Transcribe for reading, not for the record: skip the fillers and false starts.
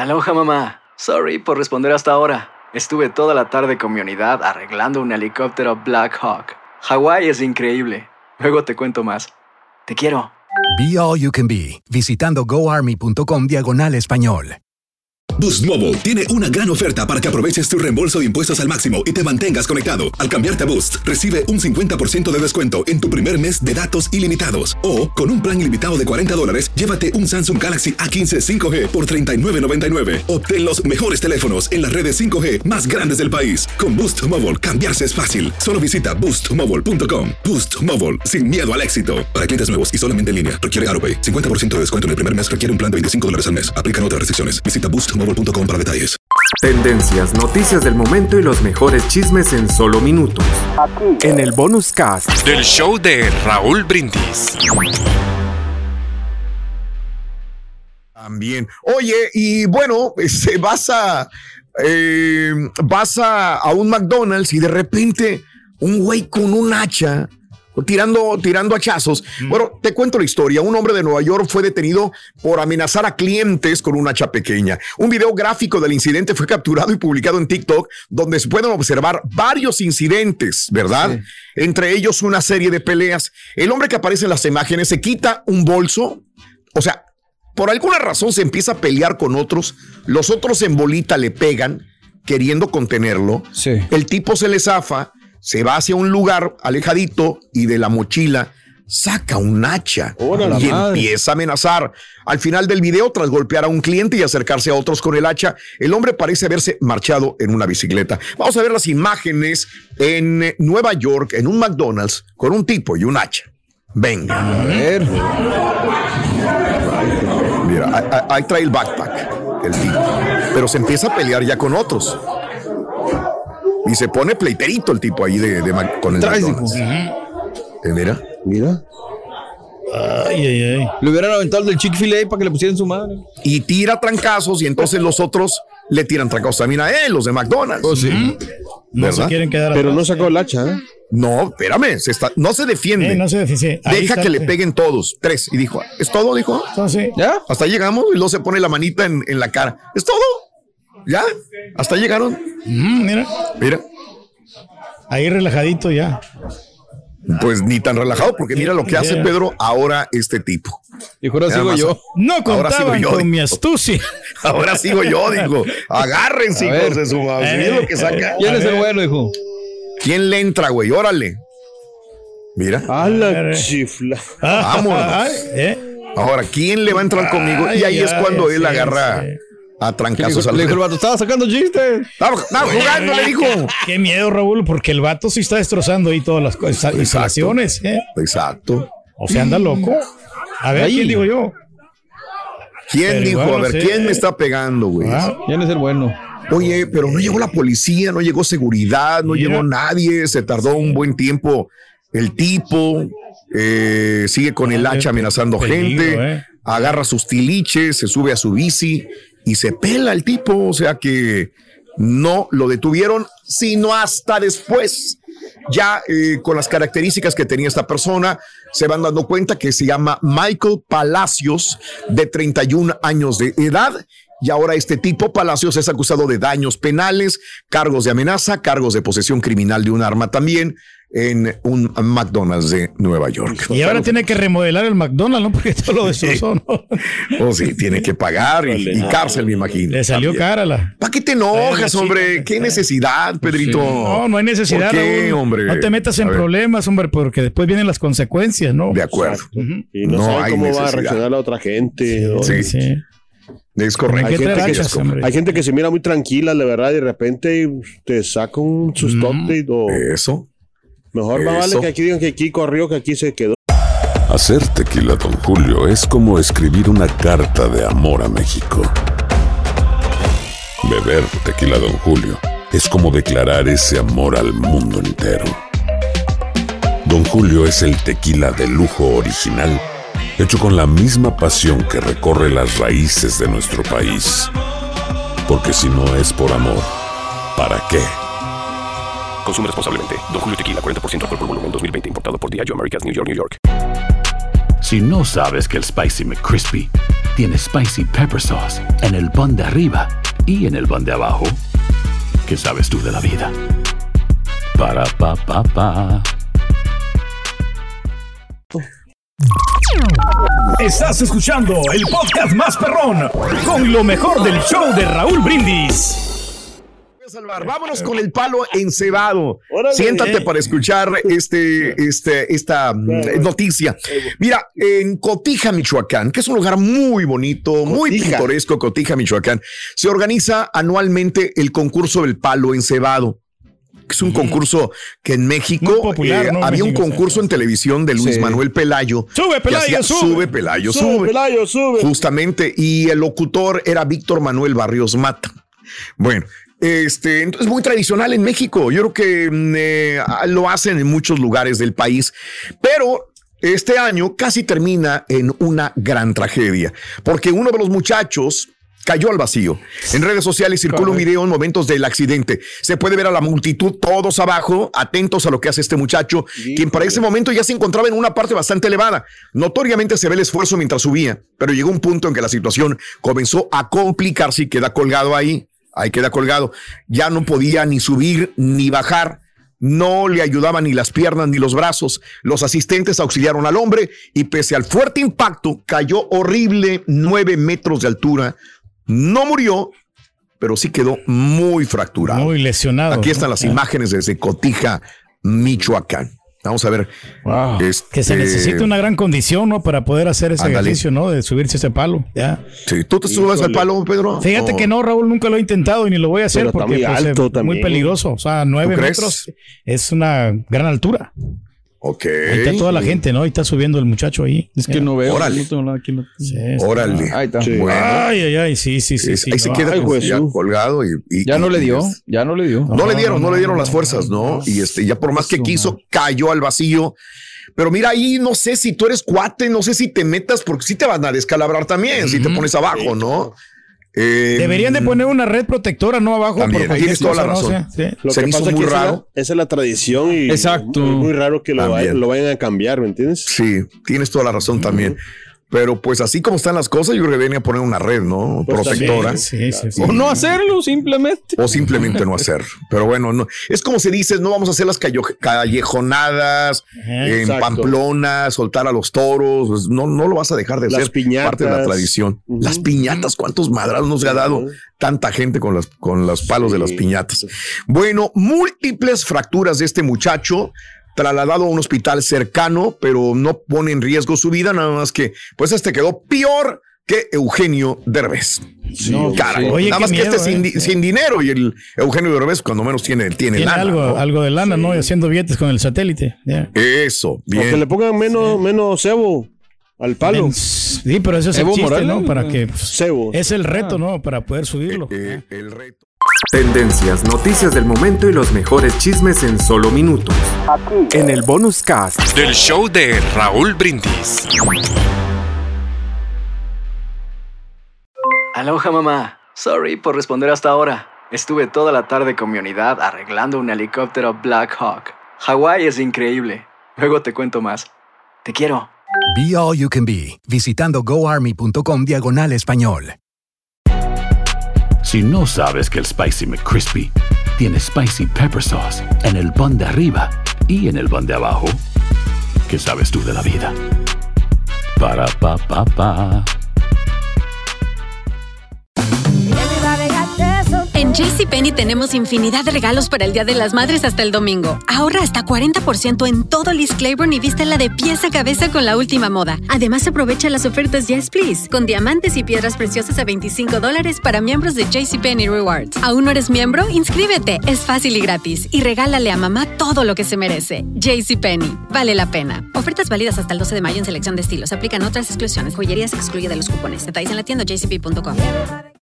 Aloha, mamá. Sorry por responder hasta ahora. Estuve toda la tarde con mi unidad arreglando un helicóptero Black Hawk. Hawái es increíble. Luego te cuento más. Te quiero. Be All You Can Be, visitando goarmy.com/español. Boost Mobile tiene una gran oferta para que aproveches tu reembolso de impuestos al máximo y te mantengas conectado. Al cambiarte a Boost, recibe un 50% de descuento en tu primer mes de datos ilimitados. O, con un plan ilimitado de $40, llévate un Samsung Galaxy A15 5G por $39.99. Obtén los mejores teléfonos en las redes 5G más grandes del país. Con Boost Mobile, cambiarse es fácil. Solo visita boostmobile.com. Boost Mobile, sin miedo al éxito. Para clientes nuevos y solamente en línea, requiere AutoPay. 50% de descuento en el primer mes requiere un plan de $25 al mes. Aplican otras restricciones. Visita boostmobile.com para detalles. Tendencias, noticias del momento y los mejores chismes en solo minutos. Aquí, en el bonus cast del show de Raúl Brindis. También. Oye, y bueno, vas a un McDonald's y de repente un güey con un hacha tirando hachazos. Bueno, te cuento la historia. Un hombre de Nueva York fue detenido por amenazar a clientes con un hacha pequeña. Un video gráfico del incidente fue capturado y publicado en TikTok, donde se pueden observar varios incidentes, ¿verdad? Sí. Entre ellos una serie de peleas. El hombre que aparece en las imágenes se quita un bolso, o sea, por alguna razón se empieza a pelear con otros, los otros en bolita le pegan, queriendo contenerlo. Sí. El tipo se le zafa, se va hacia un lugar alejadito y de la mochila saca un hacha y empieza a amenazar. Al final del video, tras golpear a un cliente y acercarse a otros con el hacha, el hombre parece haberse marchado en una bicicleta. Vamos a ver las imágenes en Nueva York, en un McDonald's, con un tipo y un hacha. Venga. A ver. Mira, ahí trae el backpack, el tipo. Pero se empieza a pelear ya con otros. Y se pone pleiterito el tipo ahí con el McDonald's. Mira. Ay. Le hubieran aventado del Chick-fil-A para que le pusieran su madre. Y tira trancazos y entonces los otros le tiran trancazos también a él, los de McDonald's. Oh, sí. No se quieren quedar Pero no sacó el hacha, ¿eh? No, espérame, no se defiende. No se defiende. Deja que le peguen todos. 3. Y dijo, ¿es todo? Dijo. Sí. ¿Ya? Hasta llegamos y luego se pone la manita en la cara. ¿Es todo? ¿Ya? ¿Hasta llegaron? Mira. Ahí relajadito ya. Pues ni tan relajado, porque mira lo que hace Pedro ahora este tipo. Dijo, ahora sigo yo. No contaban con mi astucia. Ahora sigo yo, digo. Agárrense, hijos de su madre. Mira lo que saca. ¿Quién es el bueno, hijo? ¿Quién le entra, güey? Órale. Mira. A la chifla. Vámonos. Ahora, ¿quién le va a entrar conmigo? Y ahí es cuando él agarra a trancazos. Le dijo el vato, estaba sacando chistes. Estaba jugando, le dijo. Qué miedo, Raúl, porque el vato sí está destrozando ahí todas las instalaciones. Exacto. O sea, anda loco. A ver, ¿quién digo yo? ¿Quién dijo? Bueno, a ver, ¿quién me está pegando, güey? ¿Quién es el bueno? Oye, pero no llegó la policía, no llegó seguridad, no llegó nadie, se tardó un buen tiempo. El tipo sigue con el hacha amenazando gente, agarra sus tiliches, se sube a su bici y se pela el tipo, o sea que no lo detuvieron, sino hasta después. Ya con las características que tenía esta persona, se van dando cuenta que se llama Michael Palacios, de 31 años de edad. Y ahora este tipo, Palacios, es acusado de daños penales, cargos de amenaza, cargos de posesión criminal de un arma también en un McDonald's de Nueva York. Y ahora tiene que remodelar el McDonald's, ¿no? Porque todo lo destrozó, ¿no? Oh, sí, tiene que pagar y cárcel, me imagino. Le salió cara ¿Para qué te enojas, hombre? ¿Qué necesidad, Pedrito? Sí. No hay necesidad. ¿Por qué, hombre? No te metas en problemas, hombre, porque después vienen las consecuencias, ¿no? De acuerdo. Y no sabe cómo va a reaccionar la otra gente. Sí. Es correcto. Hay gente que se mira muy tranquila, de verdad, y de repente te saca un sustote. Eso. Mejor más vale que aquí digan que aquí corrió, que aquí se quedó. Hacer tequila Don Julio es como escribir una carta de amor a México. Beber tequila Don Julio es como declarar ese amor al mundo entero. Don Julio es el tequila de lujo original, hecho con la misma pasión que recorre las raíces de nuestro país. Porque si no es por amor, ¿para qué? Consume responsablemente. Don Julio Tequila, 40% alcohol por volumen, 2020. Importado por Diageo Americas, New York, New York. Si no sabes que el Spicy McCrispy tiene Spicy Pepper Sauce en el pan de arriba y en el pan de abajo. ¿Qué sabes tú de la vida? Para, pa, pa, pa. Estás escuchando el podcast más perrón con lo mejor del show de Raúl Brindis. Vámonos con el palo encebado. Órale. Siéntate para escuchar esta noticia. Mira, en Cotija, Michoacán, que es un lugar muy bonito, muy pintoresco, Cotija, Michoacán, se organiza anualmente el concurso del palo encebado. Es un concurso que en México popular, ¿no? había un México, concurso en televisión de Luis Manuel Pelayo. Sube, Pelayo, Sube, Pelayo, sube. Pelayo, sube. Justamente, y el locutor era Víctor Manuel Barrios Mata. Bueno, entonces muy tradicional en México. Yo creo que lo hacen en muchos lugares del país, pero este año casi termina en una gran tragedia, porque uno de los muchachos cayó al vacío. En redes sociales circula un video en momentos del accidente. Se puede ver a la multitud todos abajo, atentos a lo que hace este muchacho, quien para ese momento ya se encontraba en una parte bastante elevada. Notoriamente se ve el esfuerzo mientras subía, pero llegó un punto en que la situación comenzó a complicarse y queda colgado ahí. Ahí queda colgado. Ya no podía ni subir ni bajar. No le ayudaban ni las piernas ni los brazos. Los asistentes auxiliaron al hombre y pese al fuerte impacto, cayó horrible, 9 metros de altura. No murió, pero sí quedó muy fracturado. Muy lesionado. Aquí están las imágenes desde Cotija, Michoacán. Vamos a ver. Wow. Que se necesita una gran condición, ¿no? Para poder hacer ese ejercicio, ¿no? De subirse ese palo. Ya. Sí. ¿Tú te subes al palo, Pedro? Fíjate que no, Raúl, nunca lo he intentado y ni lo voy a hacer porque muy alto es también. muy peligroso. O sea, 9 metros es una gran altura. Ok. Ahí está toda la gente, ¿no? Ahí está subiendo el muchacho ahí. Es que no veo. Órale. No tengo nada aquí. Sí, órale. Ahí está. Sí. Bueno. Ay, sí. Ahí se queda ya colgado y ya no le dio. No le dieron las fuerzas, ¿no? Y ya por más que quiso, cayó al vacío. Pero mira, ahí no sé si tú eres cuate, no sé si te metas, porque sí te van a descalabrar también si te pones abajo, ¿no? Deberían de poner una red protectora, no abajo. También, por tienes toda la razón. No sé, sí. Lo se que me hizo pasa muy es que raro. Esa es la tradición y exacto. Muy raro que lo vayan a cambiar, ¿me entiendes? Sí, tienes toda la razón también. Pero pues así como están las cosas, yo creo que deberían poner una red, ¿no? Pues protectora. Sí. O no hacerlo, simplemente. O simplemente no hacer. Pero bueno, no. Es como se dice, no vamos a hacer las callejonadas en Exacto. Pamplona, soltar a los toros. Pues no lo vas a dejar de Las ser piñatas. parte de la tradición. Las piñatas, ¿cuántos madrazos nos ha dado tanta gente con los palos de las piñatas? Bueno, múltiples fracturas de este muchacho, trasladado a un hospital cercano, pero no pone en riesgo su vida, nada más que pues quedó peor que Eugenio Derbez. Caray. Oye, nada más miedo, que sin dinero, y el Eugenio Derbez cuando menos tiene lana, algo de lana, ¿no? Y haciendo billetes con el satélite. Yeah. Eso, bien. O que le pongan menos cebo al palo. Sí, pero eso es el chiste, Morales, ¿no? Para que cebo. es el reto, ¿no? Para poder subirlo. El reto. Tendencias, noticias del momento y los mejores chismes en solo minutos. Aquí. En el Bonus Cast del show de Raúl Brindis. Aloha, mamá. Sorry por responder hasta ahora. Estuve toda la tarde con mi unidad arreglando un helicóptero Black Hawk. Hawái es increíble. Luego te cuento más. Te quiero. Be All You Can Be, visitando goarmy.com/español. Si no sabes que el Spicy McCrispy tiene Spicy Pepper Sauce en el pan de arriba y en el pan de abajo, ¿qué sabes tú de la vida? Para, pa, pa, pa. En JCPenney tenemos infinidad de regalos para el Día de las Madres hasta el domingo. Ahorra hasta 40% en todo Liz Claiborne y vístela de pies a cabeza con la última moda. Además, aprovecha las ofertas Yes Please, con diamantes y piedras preciosas a $25 para miembros de JCPenney Rewards. ¿Aún no eres miembro? Inscríbete. Es fácil y gratis. Y regálale a mamá todo lo que se merece. JCPenney. Vale la pena. Ofertas válidas hasta el 12 de mayo en selección de estilos. Aplican otras exclusiones. Joyería se excluye de los cupones. Detalles en la tienda jcp.com.